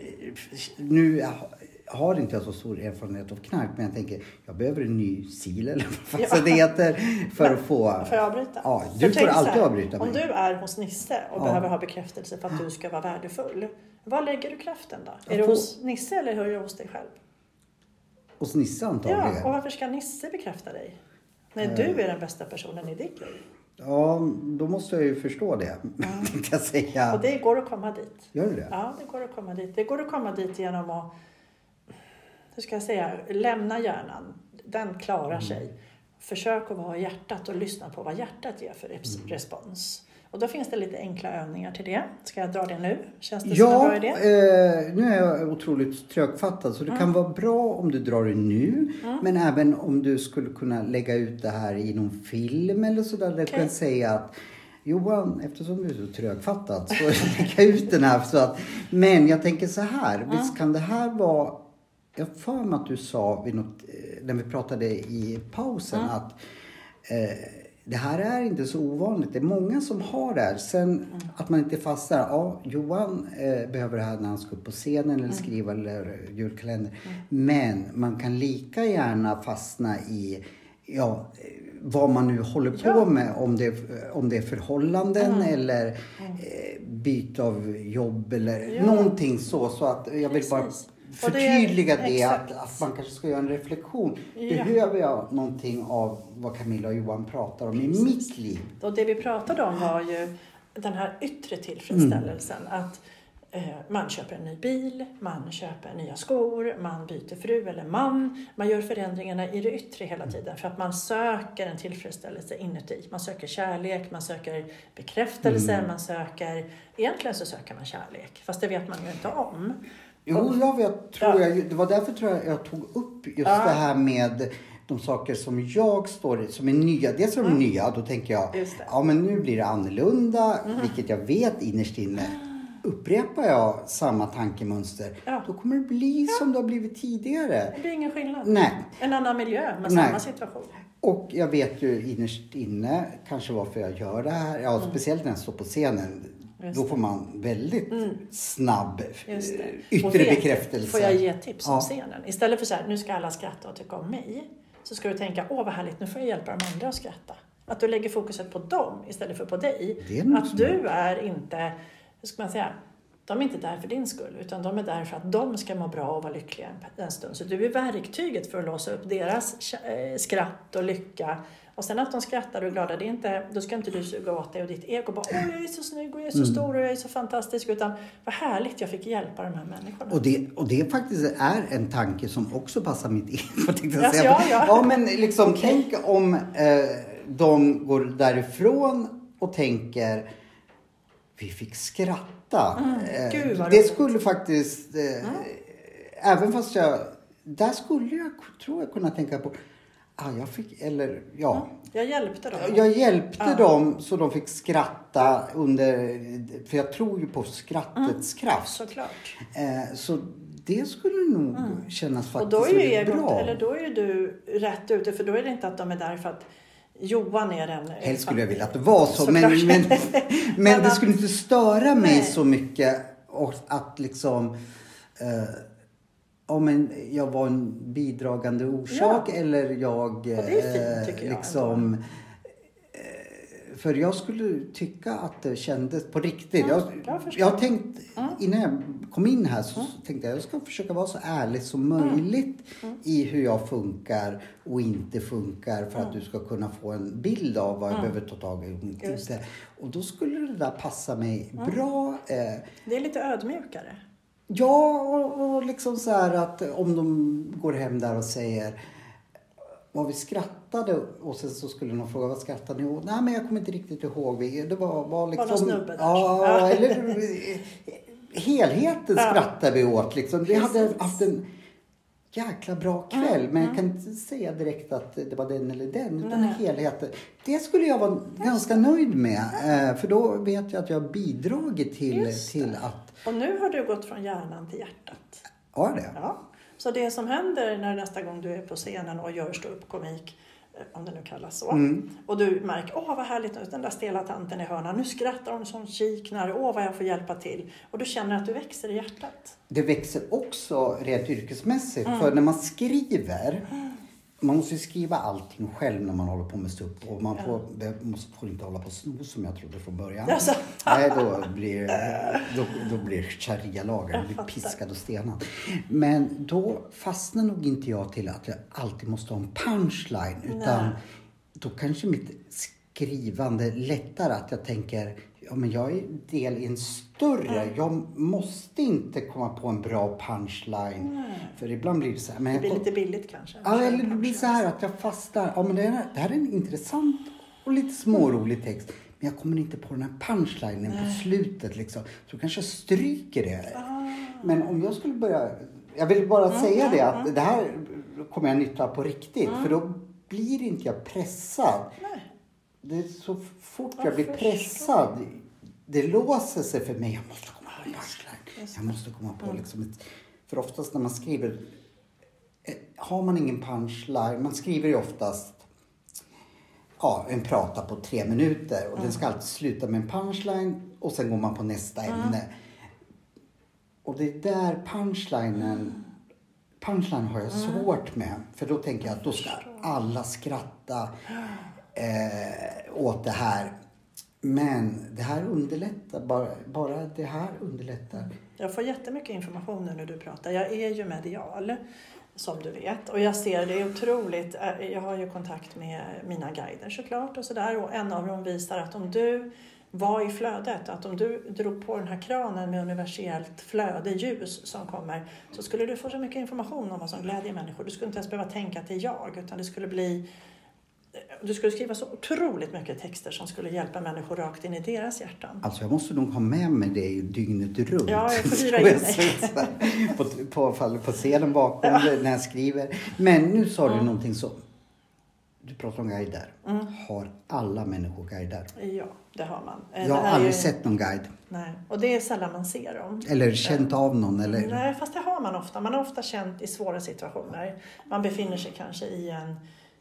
nu har inte jag så stor erfarenhet av knark, men jag tänker jag behöver en ny sil eller vad det heter för att få... Får jag avbryta? Ja, du får alltid avbryta mig. Om du är hos Nisse och behöver ha bekräftelse för att du ska vara värdefull, vad lägger du kraften då? Är det hos Nisse eller är det hos dig själv? Hos Nisse antagligen. Ja, och varför ska Nisse bekräfta dig? När du är den bästa personen i ditt liv. Ja, då måste jag ju förstå det. Tänkte jag säga. Och det går att komma dit. Gör det? Ja, det går att komma dit. Det går att komma dit genom att, hur ska jag säga, lämna hjärnan. Den klarar sig. Försök att vara i hjärtat och lyssna på vad hjärtat ger för respons. Och då finns det lite enkla övningar till det. Ska jag dra det nu? Känns det som en bra idé? Nu är jag otroligt trögfattad. Så det kan vara bra om du drar det nu. Men även om du skulle kunna lägga ut det här i någon film eller sådär. Där du kan säga att Johan, eftersom du är så trögfattad så lägga ut den här. Så att, men jag tänker så här. Visst kan det här vara... Jag för mig att du sa vid något, när vi pratade i pausen att... det här är inte så ovanligt. Det är många som har det här. Sen att man inte fastnar. Ja, Johan behöver det här när han ska upp på scenen eller skriva eller julkalender. Men man kan lika gärna fastna i vad man nu håller på med. Om det är förhållanden eller byte av jobb eller någonting så. Så att jag vill bara... förtydliga det att man kanske ska göra en reflektion. Behöver jag någonting av vad Camilla och Johan pratar om i mitt liv? Och det vi pratade om var ju den här yttre tillfredsställelsen. Att man köper en ny bil, man köper nya skor, man byter fru eller man. Man gör förändringarna i det yttre hela tiden för att man söker en tillfredsställelse inuti. Man söker kärlek, man söker bekräftelse, man söker... Egentligen så söker man kärlek, fast det vet man ju inte om. Jo, det var därför tror jag tog upp just det här med de saker som jag står i, som är nya. Det som är nya, då tänker jag, ja men nu blir det annorlunda, vilket jag vet innerst inne. Upprepar jag samma tankemönster, då kommer det bli som det har blivit tidigare. Det blir ingen skillnad. Nej. En annan miljö med samma situation. Och jag vet ju innerst inne kanske varför jag gör det här. Ja, speciellt när jag står på scenen. Då får man väldigt snabb yttre bekräftelse. Får jag ge tips om scenen? Istället för så här, nu ska alla skratta och tycka om mig. Så ska du tänka, vad härligt, nu får jag hjälpa de andra att skratta. Att du lägger fokuset på dem istället för på dig. Att du är inte, hur ska man säga, de är inte där för din skull. Utan de är där för att de ska må bra och vara lyckliga en stund. Så du är verktyget för att låsa upp deras skratt och lycka. Och sen att de skrattar och är glada, det är inte, då ska inte du suga åt dig och ditt ego bara, jag är så snygg och jag är så stor och jag är så fantastisk, utan vad härligt jag fick hjälpa de här människorna. Och det faktiskt är en tanke som också passar mitt ego, tänkte jag säga. Ja. Ja, men liksom tänk om de går därifrån och tänker, vi fick skratta. Det skulle faktiskt, även fast där skulle jag, tror jag, kunna tänka på, jag hjälpte dem. Jag hjälpte dem så de fick skratta för jag tror ju på skrattets kraft. Såklart. Så det skulle nog kännas faktiskt och då är ju bra. Eller då är du rätt ute, för då är det inte att de är där för att Johan är den... Helst skulle jag vilja att det var så, men det skulle inte störa mig så mycket och att liksom... men jag var en bidragande orsak eller jag och det är fint, tycker jag, liksom För jag skulle tycka att det kändes på riktigt. Jag har tänkt, innan jag kom in här så tänkte jag ska försöka vara så ärlig som möjligt i hur jag funkar och inte funkar för att du ska kunna få en bild av vad jag behöver ta tag i. Och då skulle det där passa mig bra. Det är lite ödmjukare. Ja, och liksom så här att om de går hem där och säger vad vi skrattade och sen så skulle någon fråga vad skrattade ni åt? Nej, men jag kommer inte riktigt ihåg. Det var liksom... Var någon snubbe där? Ja, eller helheten skrattade vi åt liksom. Vi hade haft en jäkla bra kväll, men jag kan inte säga direkt att det var den eller den, utan helheten. Det skulle jag vara ganska nöjd med, för då vet jag att jag har bidragit till att... Och nu har du gått från hjärnan till hjärtat. Ja, det. Ja. Så det som händer när nästa gång du är på scenen och gör ståuppkomik, om det nu kallas så, och du märker, vad härligt nu, den där stela tanten i hörnan, nu skrattar hon som kiknar, vad jag får hjälpa till. Och du känner att du växer i hjärtat. Det växer också rent yrkesmässigt, för när man skriver, man måste ju skriva allting själv när man håller på med ståupp, och man får inte hålla på sno som jag trodde från början. Alltså. Nej, då blir sharia-lagen, blir piskad och stenad. Men då fastnar nog inte jag till att jag alltid måste ha en punchline, utan då kanske mitt skrivande lättare att jag tänker, men jag är del i en större. Jag måste inte komma på en bra punchline. För ibland blir det så här. Men det blir lite billigt kanske. Ja, eller det blir så här att jag fastnar. Ja, men det här är en intressant och lite smårolig text. Men jag kommer inte på den här punchlinen på slutet liksom. Så kanske jag stryker det. Men om jag skulle börja... Jag vill bara säga det att det här kommer jag nytta på riktigt. För då blir inte jag pressad. Nej. Det är så fort jag blir pressad. Det låser sig för mig. Jag måste komma på en punchline. Jag måste komma på liksom för oftast när man skriver, har man ingen punchline. Man skriver ju oftast en prata på 3 minuter. Och den ska alltid sluta med en punchline. Och sen går man på nästa ämne. Och det är där punchline har jag svårt med. För då tänker jag att då ska alla skratta åt det här. Men det här underlättar, bara det här underlättar. Jag får jättemycket information nu när du pratar. Jag är ju medial, som du vet. Och jag ser det är otroligt. Jag har ju kontakt med mina guider såklart och sådär. Och en av dem visar att om du var i flödet, att om du drog på den här kranen med universellt flöde, ljus som kommer, så skulle du få så mycket information om vad som glädjer människor. Du skulle inte ens behöva tänka att det är jag, utan det skulle bli... Du skulle skriva så otroligt mycket texter som skulle hjälpa människor rakt in i deras hjärtan. Alltså jag måste nog ha med mig det dygnet runt. Ja, jag får hyra in dig. på scenen bakom när jag skriver. Men nu sa du någonting så. Du pratar om guider. Har alla människor guider? Ja, det har man. Jag har aldrig sett någon guide. Nej, och det är sällan man ser dem. Eller känt av någon? Eller? Nej, fast det har man ofta. Man har ofta känt i svåra situationer. Man befinner sig kanske i en...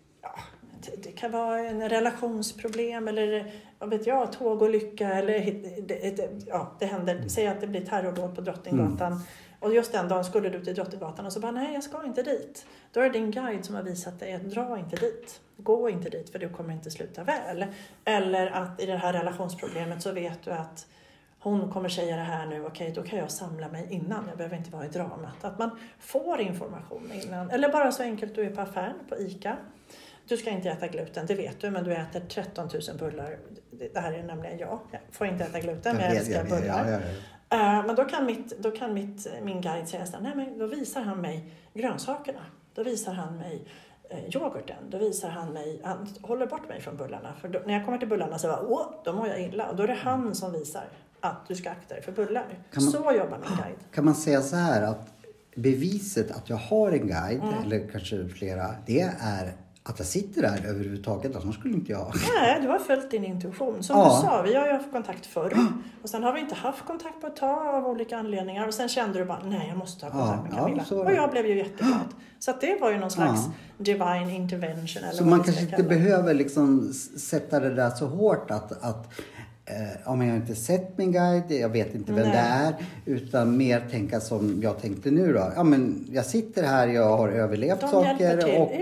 Det kan vara en relationsproblem eller vad vet jag, tågolycka eller det händer. Säg att det blir terrordåd på Drottninggatan och just den dagen skulle du till Drottninggatan och så bara nej, jag ska inte dit. Då är det din guide som har visat dig att dra inte dit. Gå inte dit för du kommer inte sluta väl. Eller att i det här relationsproblemet så vet du att hon kommer säga det här nu, okej, då kan jag samla mig innan. Jag behöver inte vara i dramat. Att man får information innan. Eller bara så enkelt, du är på affären på ICA. Du ska inte äta gluten, det vet du, men du äter 13 000 bullar. Det här är nämligen jag får inte äta gluten, men jag älskar bullar. Ja. Men då kan min guide säga så här, nej men då visar han mig grönsakerna. Då visar han mig yoghurten. Då visar han håller bort mig från bullarna. För då, när jag kommer till bullarna så då mår jag illa. Och då är det han som visar att du ska akta dig för bullar. Så jobbar min guide. Kan man säga så här att beviset att jag har en guide, eller kanske flera, det är att jag sitter där överhuvudtaget, annars skulle inte jag... Nej, du har följt din intuition. Som du sa, vi har ju haft kontakt förr. Och sen har vi inte haft kontakt på ett tag av olika anledningar. Och sen kände du bara, nej jag måste ha kontakt med Camilla. Och jag blev ju jätteglad. Så att det var ju någon slags divine intervention. Eller så man kanske inte behöver liksom sätta det där så hårt att om jag inte sett min guide, jag vet inte vem det är, utan mer tänka som jag tänkte nu då. Ja, men jag sitter här, jag har överlevt saker och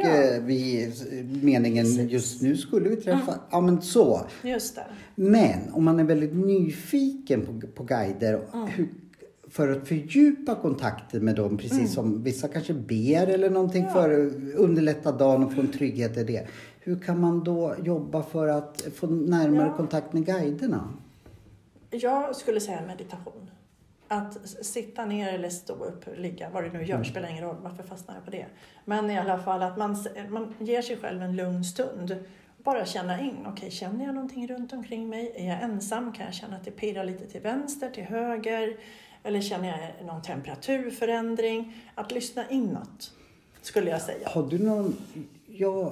meningen just nu skulle vi träffa. Ja, men så. Just det. Men om man är väldigt nyfiken på guider, för att fördjupa kontakten med dem, precis som vissa kanske ber eller någonting för att underlätta dagen och få en trygghet i det. Hur kan man då jobba för att få närmare kontakt med guiderna? Jag skulle säga meditation. Att sitta ner eller stå upp, ligga, vad det nu gör, spelar ingen roll, varför fastnar jag på det. Men i alla fall att man ger sig själv en lugn stund. Bara känna in, okej, känner jag någonting runt omkring mig? Är jag ensam? Kan jag känna att det pirrar lite till vänster, till höger? Eller känner jag någon temperaturförändring? Att lyssna inåt, skulle jag säga. Har du någon... Jag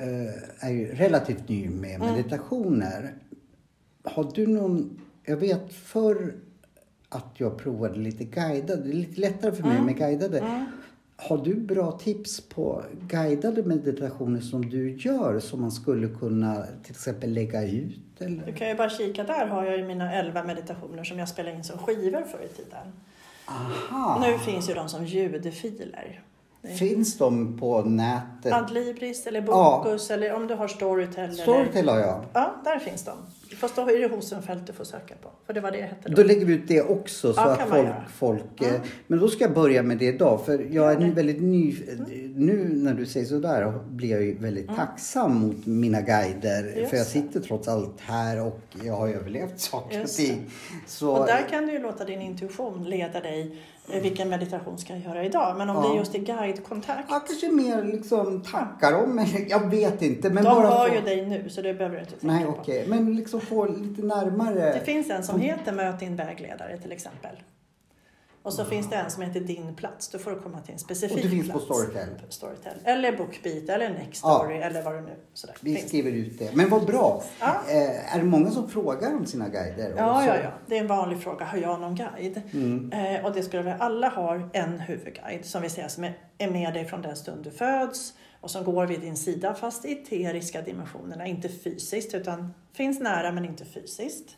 är ju relativt ny med meditationer. Har du någon... Jag vet för att jag provade lite guidade. Det är lite lättare för mig med guidade. Har du bra tips på guidade meditationer som du gör, som man skulle kunna till exempel lägga ut? Eller? Du kan ju bara kika, där har jag ju mina 11 meditationer som jag spelade in som skivor förr i tiden. Aha. Nu finns ju de som ljudfiler. Finns de på nätet? Adlibris eller Bokus eller om du har Storytel. Storytel har jag. Ja, där finns de. Fast då är det Hosenfält du får söka på. För det var det jag hette då. Då lägger vi ut det också så att folk men då ska jag börja med det idag. För jag är nu väldigt ny. Nu när du säger sådär blir jag ju väldigt tacksam mot mina guider. För jag sitter trots allt här och jag har överlevt saker och ting. Så... Och där kan du ju låta din intuition leda dig. Vilken meditation ska jag göra idag? Men om det är just i guidekontakt. Ja, kanske mer liksom tankar om. Jag vet inte. Men de bara hör ju dig nu så det behöver du inte tänka på. Nej, okej. Men liksom få lite närmare. Det finns en som heter Möt din vägledare till exempel. Och så finns det en som heter Din plats. Då får du komma till en specifik plats. Och det finns på Storytel. Eller Bookbeat eller Nextory eller vad det nu sådär. Vi skriver ut det. Men vad bra. Är det många som frågar om sina guider? Ja. Det är en vanlig fråga. Har jag någon guide? Och det skulle väl alla har en huvudguide. Som vi säger som är med dig från den stund du föds. Och som går vid din sida fast i eteriska dimensionerna. Inte fysiskt utan finns nära men inte fysiskt.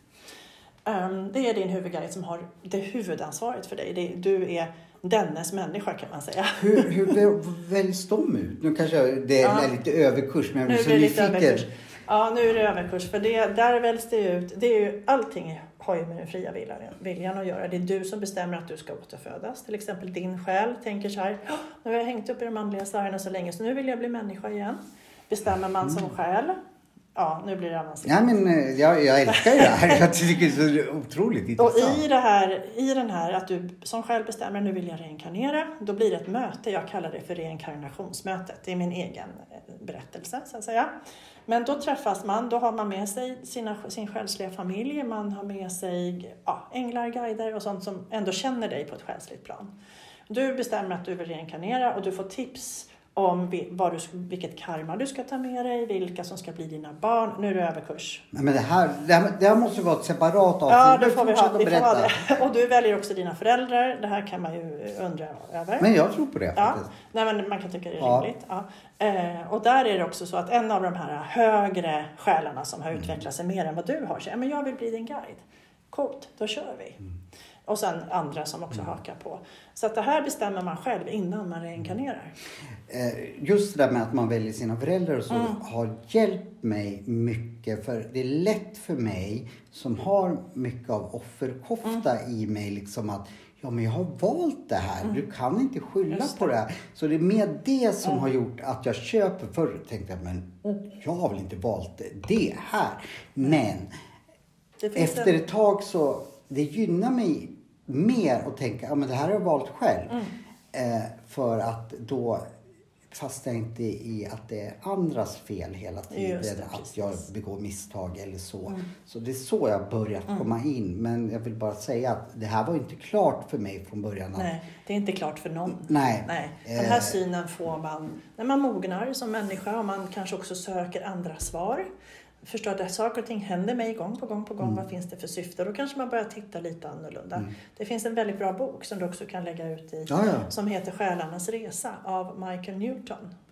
Det är din huvudguide som har det huvudansvaret för dig. Du är dennes människa kan man säga. Hur väljs de ut? Nu kanske det är lite överkurs men jag blir så nyfiken. Ja, nu är det överkurs. För där väljs det ut. Det är ju, allting har ju med den fria viljan att göra. Det är du som bestämmer att du ska återfödas. Till exempel din själ tänker så här. Nu har jag hängt upp i de manliga sargarna så länge så nu vill jag bli människa igen. Bestämmer man som själ. Ja, nu blir det avancerat. Ja, men jag älskar det här. Jag tycker det är så otroligt intressant. Och i den här att du som själv bestämmer nu vill jag reinkarnera. Då blir det ett möte. Jag kallar det för reinkarnationsmötet. Det är min egen berättelse så att säga. Men då träffas man. Då har man med sig sin själsliga familj. Man har med sig änglar, guider och sånt som ändå känner dig på ett själsligt plan. Du bestämmer att du vill reinkarnera och du får tips om vilket karma du ska ta med dig, vilka som ska bli dina barn. Nu är det överkurs. Men det här måste vara ett separat avsnitt. Ja, det får vi ha det. Och du väljer också dina föräldrar. Det här kan man ju undra över. Men jag tror på det. Ja. Nej, men man kan tycka det är rimligt. Ja. Och där är det också så att en av de här högre själarna som har utvecklat sig mer än vad du har säger, men jag vill bli din guide. Coolt, då kör vi. Och sen andra som också hakar på. Så att det här bestämmer man själv innan man reinkarnerar. Just det där med att man väljer sina föräldrar och så har hjälpt mig mycket. För det är lätt för mig som har mycket av offerkofta i mig. Liksom att men jag har valt det här. Du kan inte skylla på det här. Så det är med det som har gjort att jag köper. Förr tänkte jag, men jag har väl inte valt det här. Men efter ett tag så det gynnar mig mer att tänka, men det här har jag valt själv. För att då fastnar jag inte i att det är andras fel hela tiden. Att jag begår misstag eller så. Så det är så jag börjat komma in. Men jag vill bara säga att det här var inte klart för mig från början. Nej, det är inte klart för någon. Nej. Den här synen får man när man mognar som människa. Och man kanske också söker andra svar. Förstår att saker och ting händer mig gång på gång. Vad finns det för syfte? Då kanske man börjar titta lite annorlunda. Det finns en väldigt bra bok som du också kan lägga ut i. Som heter Själarnas resa av Michael Newton.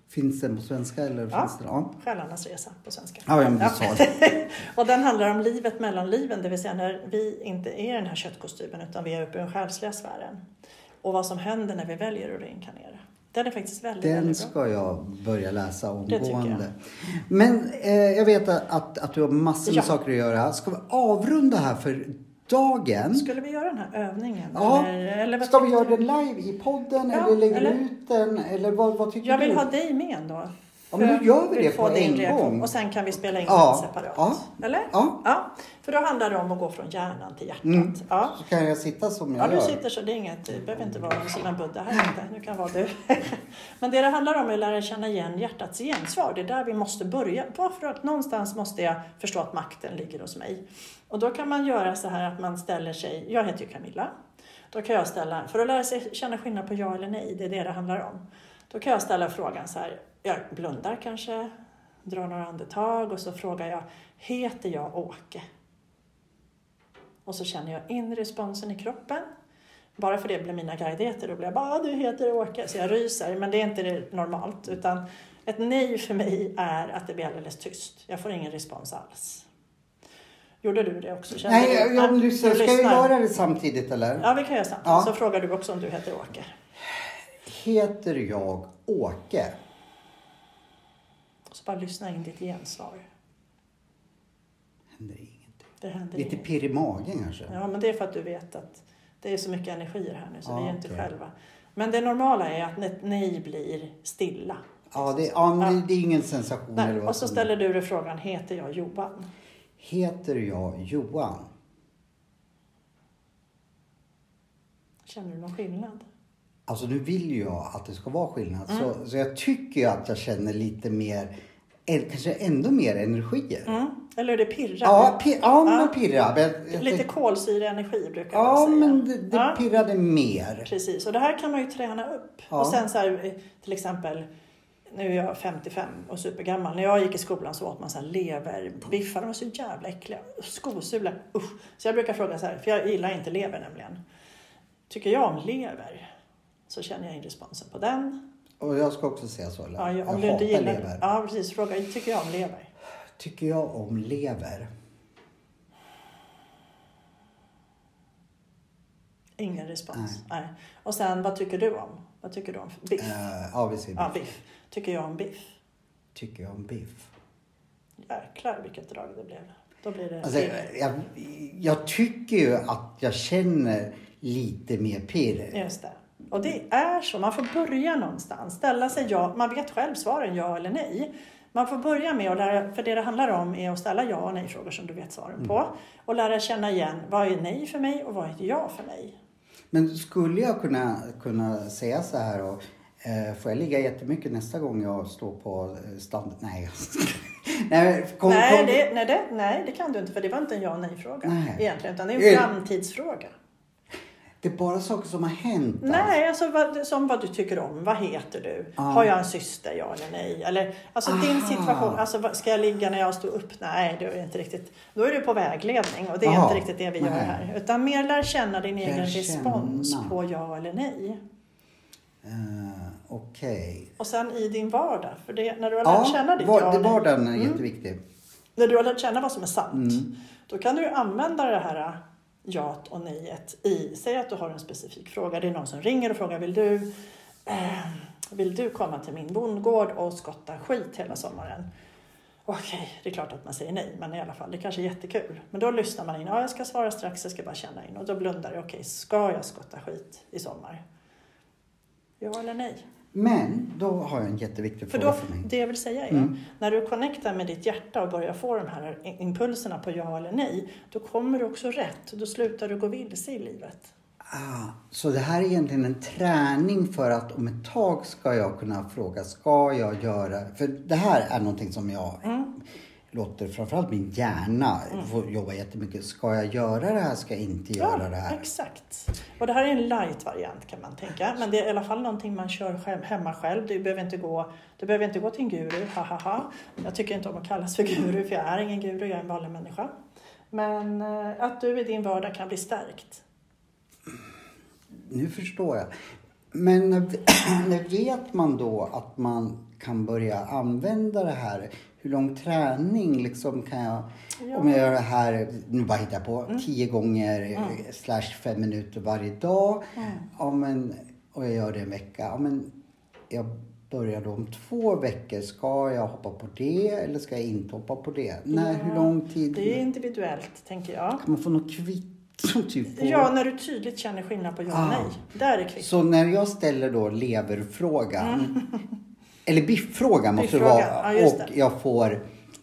Finns den på svenska eller finns det? Ja. Själarnas resa på svenska. Ja, men du sa det. Och den handlar om livet mellan liven, det vill säga när vi inte är i den här köttkostymen utan vi är uppe i den själsliga sfären. Och vad som händer när vi väljer att reinkarnera. Den är faktiskt väldigt bra. Den ska jag börja läsa omgående. Jag. Men jag vet att du har massor med saker att göra. Ska vi avrunda här för dagen? Skulle vi göra den här övningen? Ja. Eller ska vi göra den live i podden eller lägga ut den? Eller vad tycker du? Jag vill ha dig med ändå. Ja, men då gör vi det på en gång. Och sen kan vi spela in den separat. Ja. Eller? Ja. För då handlar det om att gå från hjärnan till hjärtat. Ja. Så kan jag sitta som jag gör. Ja, du sitter så. Det är inget. Du behöver inte vara som en Buddha här inte. Nu kan vara du. Men det handlar om är att lära känna igen hjärtats gensvar. Det är där vi måste börja. För att någonstans måste jag förstå att makten ligger hos mig. Och då kan man göra så här att man ställer sig. Jag heter ju Camilla. Då kan jag ställa. För att lära sig känna skillnad på ja eller nej. Det är det handlar om. Då kan jag ställa frågan så här. Jag blundar kanske. Drar några andetag. Och så frågar jag. Heter jag Åke? Och så känner jag in responsen i kroppen. Bara för det blir mina guideter. Då blir jag bara, du heter Åke. Så jag ryser. Men det är inte det normalt. Utan ett nej för mig är att det blir alldeles tyst. Jag får ingen respons alls. Gjorde du det också? Nej, jag lyssnar. Ska vi göra det samtidigt eller? Ja, vi kan göra samtidigt. Ja. Så frågar du också om du heter Åke. Heter jag Åke? Så bara lyssna in ditt gensvar. Händer ingenting. Det händer lite pirr i magen kanske? Ja, men det är för att du vet att det är så mycket energier här nu så vi är inte själva. Men det normala är att ett nej blir stilla. Ja, det är ingen sensation. Nej, eller vad och så ställer du dig frågan, heter jag Johan? Heter jag Johan? Känner du någon skillnad? Alltså nu vill ju jag att det ska vara skillnad. Så jag tycker ju att jag känner lite mer, kanske ändå mer energier. Eller är det pirra? Ja, men pirra. Lite kolsyreenergi brukar man säga. Ja, men det pirrade mer. Precis, och det här kan man ju träna upp. Och sen så här, till exempel, nu är jag 55 och supergammal. När jag gick i skolan så åt man så här leverbiffar. De var så jävla äckliga. Skosulor, usch. Så jag brukar fråga så här, för jag gillar inte lever nämligen. Tycker jag om lever så känner jag in responsen på den. Och jag ska också säga så. Ja, jag om du inte gillar lever. Ja, precis. Fråga, tycker jag om lever? Tycker jag om lever? Ingen respons. Nej. Och sen, vad tycker du om? Vad tycker du om biff? Vi säger biff. Ja, biff. Tycker jag om biff? Tycker jag om biff? Jäklar vilket drag det blev. Då blir det... Alltså, jag tycker ju att jag känner lite mer pirr. Just det. Och det är så. Man får börja någonstans. Ställa sig ja. Man vet själv svaren ja eller nej. Man får börja med att lära, för det handlar om är att ställa ja och nej frågor som du vet svaren på. Och lära känna igen, vad är nej för mig och vad är ja för mig? Men skulle jag kunna säga så här och får jag ligga jättemycket nästa gång jag står på stand? Nej. Nej, det kan du inte, för det var inte en ja och nej-fråga egentligen, utan det är en framtidsfråga. Det är bara saker som har hänt. Nej, alltså som vad du tycker om. Vad heter du? Har jag en syster, ja eller nej? Eller, alltså din situation. Alltså, ska jag ligga när jag står upp? Nej, det är inte riktigt. Då är du på vägledning. Och det är inte riktigt det vi gör här. Utan mer lär känna din egen respons på ja eller nej. Okej. Och sen i din vardag. För det, när du har lärt känna ditt ja eller nej. Vardagen är jätteviktig. När du har lärt känna vad som är sant. Då kan du använda det här jat och nejet i. Säg att du har en specifik fråga. Det är någon som ringer och frågar, vill du komma till min bondgård och skotta skit hela sommaren? Okej, det är klart att man säger nej. Men i alla fall, det kanske är jättekul. Men då lyssnar man in. Ja, jag ska svara strax, jag ska bara känna in. Och då blundar jag. Okej, ska jag skotta skit i sommar? Ja eller nej? Men då har jag en jätteviktig fråga för mig. Det jag vill säga är, när du connectar med ditt hjärta och börjar få de här impulserna på ja eller nej, då kommer du också rätt. Då slutar du gå vilse i livet. Så det här är egentligen en träning för att om ett tag ska jag kunna fråga, ska jag göra? För det här är någonting som jag låter framförallt min hjärna få jobba jättemycket. Ska jag göra det här? Ska jag inte göra det här? Exakt. Och det här är en light-variant kan man tänka. Men det är i alla fall någonting man kör hemma själv. Du behöver inte gå till en guru. Jag tycker inte om att kallas för guru. För jag är ingen guru. Jag är en vanlig människa. Men att du i din vardag kan bli stärkt. Nu förstår jag. Men när vet man då att man kan börja använda det här? Hur lång träning liksom kan jag... Om jag gör det här, nu bara hittar jag på, 10 gånger /5 minuter varje dag. Och jag gör det en vecka. Ja, men jag börjar då om 2 veckor. Ska jag hoppa på det eller ska jag inte hoppa på det? Hur lång tid? Det är individuellt, tänker jag. Kan man få något kvitto? Typ på? Ja, när du tydligt känner skillnad på ja och nej. Där är kvitto. Så när jag ställer då leverfrågan, eller bifffrågan måste det vara, och jag får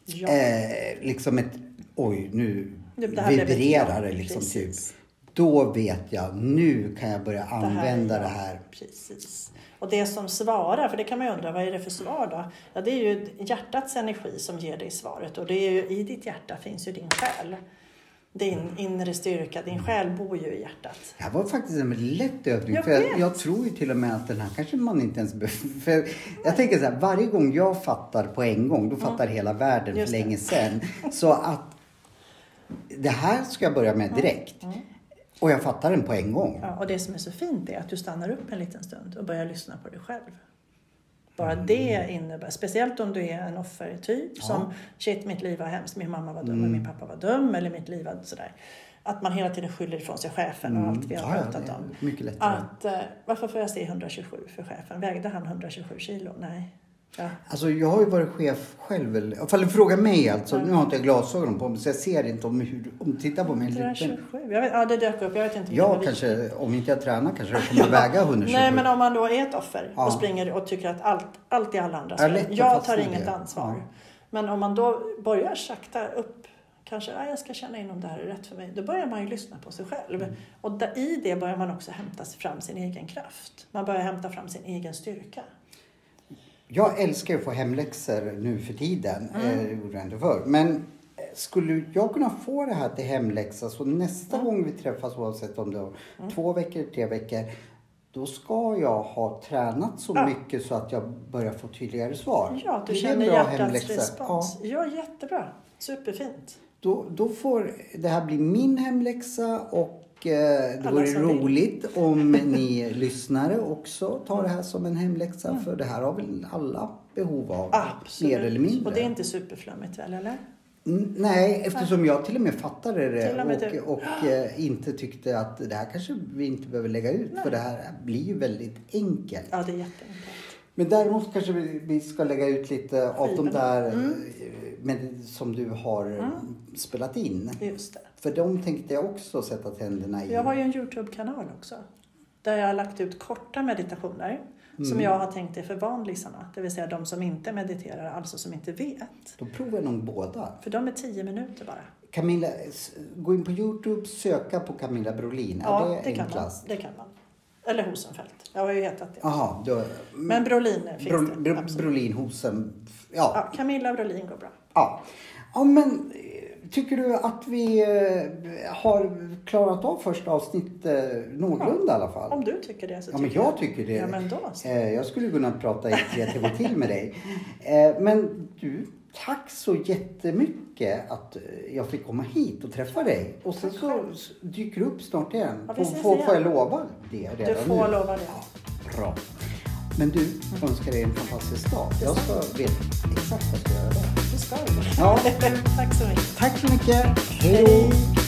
liksom ett, oj nu vibrerar det liksom typ. Då vet jag, nu kan jag börja använda det här. Precis. Och det som svarar, för det kan man ju undra, vad är det för svar då? Ja, det är ju hjärtats energi som ger dig svaret. Och det är ju, i ditt hjärta finns ju din själ. Din inre styrka, din själ bor ju i hjärtat. Det var faktiskt en lätt övning. Jag tror ju till och med att den här kanske man inte ens behöver. För jag tänker så här, varje gång jag fattar på en gång, då fattar hela världen för länge sedan. Så att det här ska jag börja med direkt. Och jag fattar den på en gång. Ja, och det som är så fint är att du stannar upp en liten stund och börjar lyssna på dig själv. Bara det innebär, speciellt om du är en offertyp som shit, mitt liv var hemskt, min mamma var dum och min pappa var dum, eller mitt liv var sådär. Att man hela tiden skyller ifrån sig chefen och allt vi har pratat om. Mycket lättare. Varför får jag se 127 för chefen? Vägde han 127 kilo? Nej. Ja. Alltså jag har ju varit chef själv. I alla fall fråga mig alltså. Nu har inte jag glasögon på mig så jag ser inte om du tittar på mig. 127? Det dök upp. Jag vet inte. Ja, kanske. Om inte jag tränar kanske jag kommer väga 127. Nej, men om man då är ett offer och springer och tycker att allt är alla andras fel. Jag tar inget ansvar. Ja. Men om man då börjar sakta upp. Kanske, jag ska känna in om det här är rätt för mig. Då börjar man ju lyssna på sig själv. Och i det börjar man också hämta fram sin egen kraft. Man börjar hämta fram sin egen styrka. Jag älskar att få hemläxor nu för tiden. Det gjorde jag inte förr. Men skulle jag kunna få det här till hemläxa så nästa gång vi träffas, oavsett om det är 2 veckor, 3 veckor, då ska jag ha tränat så mycket så att jag börjar få tydligare svar. Ja, du känner hjärtats respons. Ja, jättebra. Superfint. Då får det här bli min hemläxa och det vore roligt om ni lyssnare också tar det här som en hemläxa. För det här har väl alla behov av. Absolut. Mer eller mindre. Och det är inte superflummigt väl, eller? Nej, eftersom jag till och med fattade det och inte tyckte att det här kanske vi inte behöver lägga ut. Nej. För det här blir ju väldigt enkelt. Ja, det är jätteenkelt. Men däremot kanske vi ska lägga ut lite av de där som du har spelat in. Just det. För de tänkte jag också sätta tänderna i. Jag har ju en YouTube-kanal också. Där jag har lagt ut korta meditationer. Som jag har tänkt är för vanlisarna. Det vill säga de som inte mediterar, alltså som inte vet. Då provar jag nog båda. För de är 10 minuter bara. Camilla, gå in på YouTube, söka på Camilla Brolin. Ja, är det enklast? Det kan man. Eller Hosenfeldt. Jag har ju hetat det. Aha, men Brolin finns det. Brolin, Hosen. Ja, Camilla Brolin går bra. Ja, men tycker du att vi har klarat av första avsnittet någorlunda i alla fall? Om du tycker det så tycker men jag tycker det. Ja, men då så. Jag skulle kunna prata i 3 timmar till med dig. Men du, tack så jättemycket att jag fick komma hit och träffa dig. Och sen så dyker du upp snart igen. Ja, får jag lova det redan du får nu? lova det. Ja, bra. Men du, önskar dig en fantastisk dag. Jag ska veta exakt vad jag ska göra där. Du ska ju. Ja. Tack så mycket. Tack så mycket. Hej då.